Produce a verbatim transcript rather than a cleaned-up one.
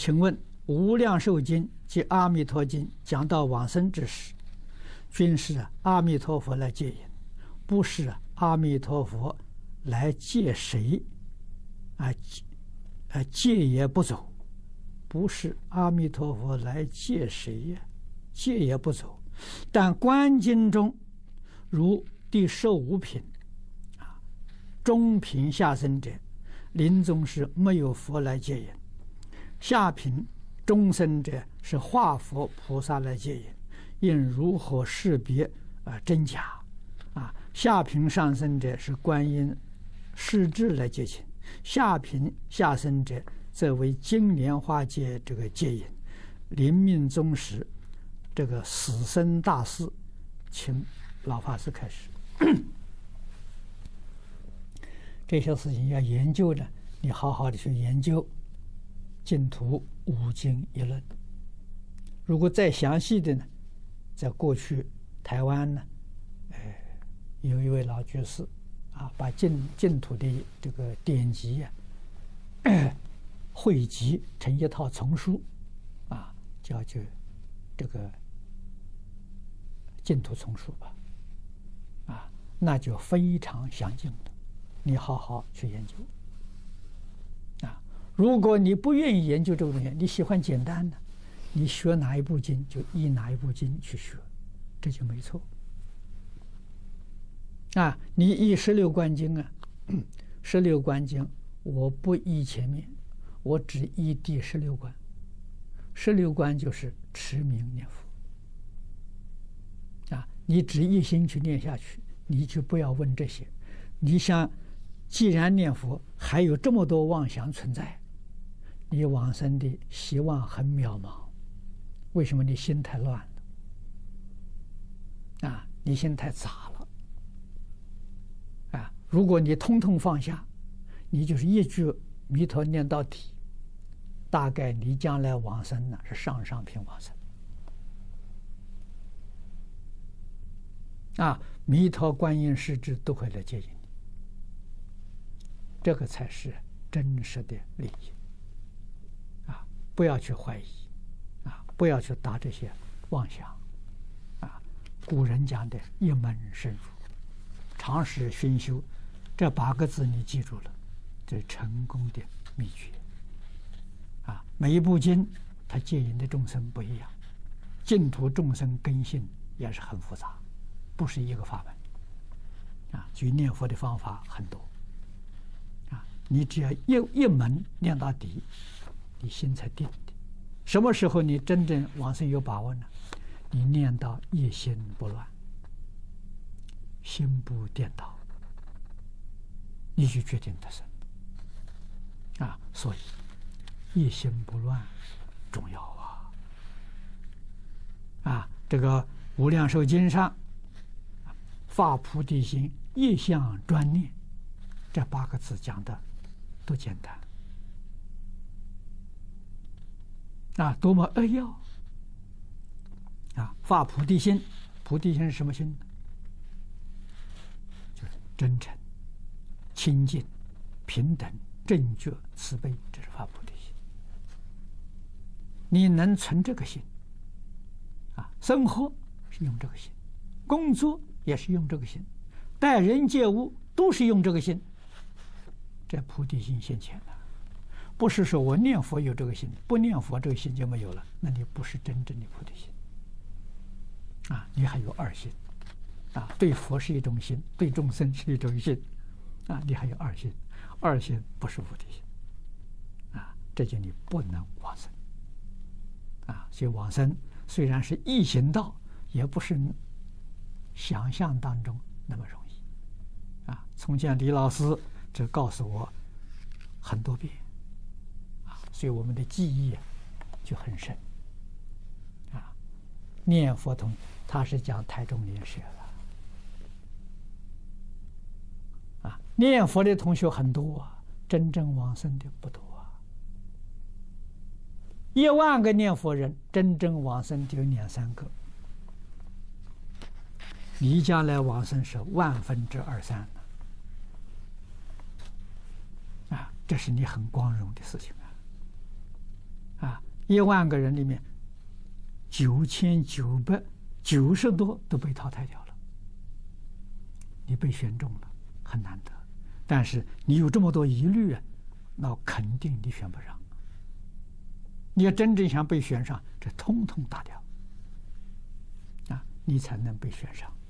请问《无量寿经》及《阿弥陀经》讲到往生之时，均是阿弥陀佛来接引，不是阿弥陀佛来接谁啊？啊，接也不走，不是阿弥陀佛来接谁呀？接也不走。但观经中，如第十五品啊，中品下生者，临终时没有佛来接引；下品中生者是化佛菩萨来接引。应如何识别啊真假？啊，下品上生者是观音世智来接引，下品下生者则为金莲花界这个接引。临命终时，这个死生大事，请老法师开始。这些事情要研究的，你好好的去研究净土五经一论。如果再详细的呢，在过去台湾呢，呃，有一位老居士啊，把净净土的这个典籍呀、啊、汇集成一套丛书，啊，叫就这个净土丛书吧，啊，那就非常详尽的，你好好去研究。啊，如果你不愿意研究这个东西，你喜欢简单的，你学哪一部经就依哪一部经去学，这就没错。啊，你依十六观经啊，十六观经我不依前面，我只依第十六观。十六观就是持名念佛。啊，你只一心去念下去，你就不要问这些。你想，既然念佛还有这么多妄想存在，你往生的希望很渺茫。为什么？你心太乱了，啊，你心太杂了，啊！如果你通通放下，你就是一句弥陀念到底，大概你将来往生呢是上上品往生，啊，弥陀观音世智都会来接引你，这个才是真实的利益，啊！不要去怀疑。啊，不要去打这些妄想，啊，古人讲的一门深入，常识熏修，这八个字你记住了，这是成功的秘诀。啊，每一部经它接引的众生不一样，净土众生根性也是很复杂，不是一个法门。啊，至于念佛的方法很多，啊，你只要一一门念到底，你心才定。什么时候你真正往生有把握呢？你念到一心不乱，心不颠倒，你就决定得生。啊，所以一心不乱重要啊！啊，这个《无量寿经》上发菩提心，一向专念，这八个字讲的多简单。啊，多么扼要！啊，发菩提心，菩提心是什么心呢？就是真诚、清净、平等、正觉、慈悲，这是发菩提心。你能存这个心，啊，生活是用这个心，工作也是用这个心，待人接物都是用这个心，这菩提心现前了。不是说我念佛有这个心，不念佛这个心就没有了，那你不是真正的菩提心啊！你还有二心啊，对佛是一种心，对众生是一种心啊，你还有二心，二心不是菩提心啊，这就你不能往生啊！所以往生虽然是易行道，也不是想象当中那么容易啊！从前李老师这告诉我很多遍。所以我们的记忆就很深啊。念佛同他是讲台中莲社了啊，念佛的同学很多啊，真正往生的不多啊。一万个念佛人，真正往生就有两三个。你将来往生是万分之二三啊，这是你很光荣的事情啊。啊， 一万个人里面，九千九百九十多都被淘汰掉了。你被选中了，很难得。但是你有这么多疑虑啊，那肯定你选不上。你要真正想被选上，这通通打掉啊，你才能被选上。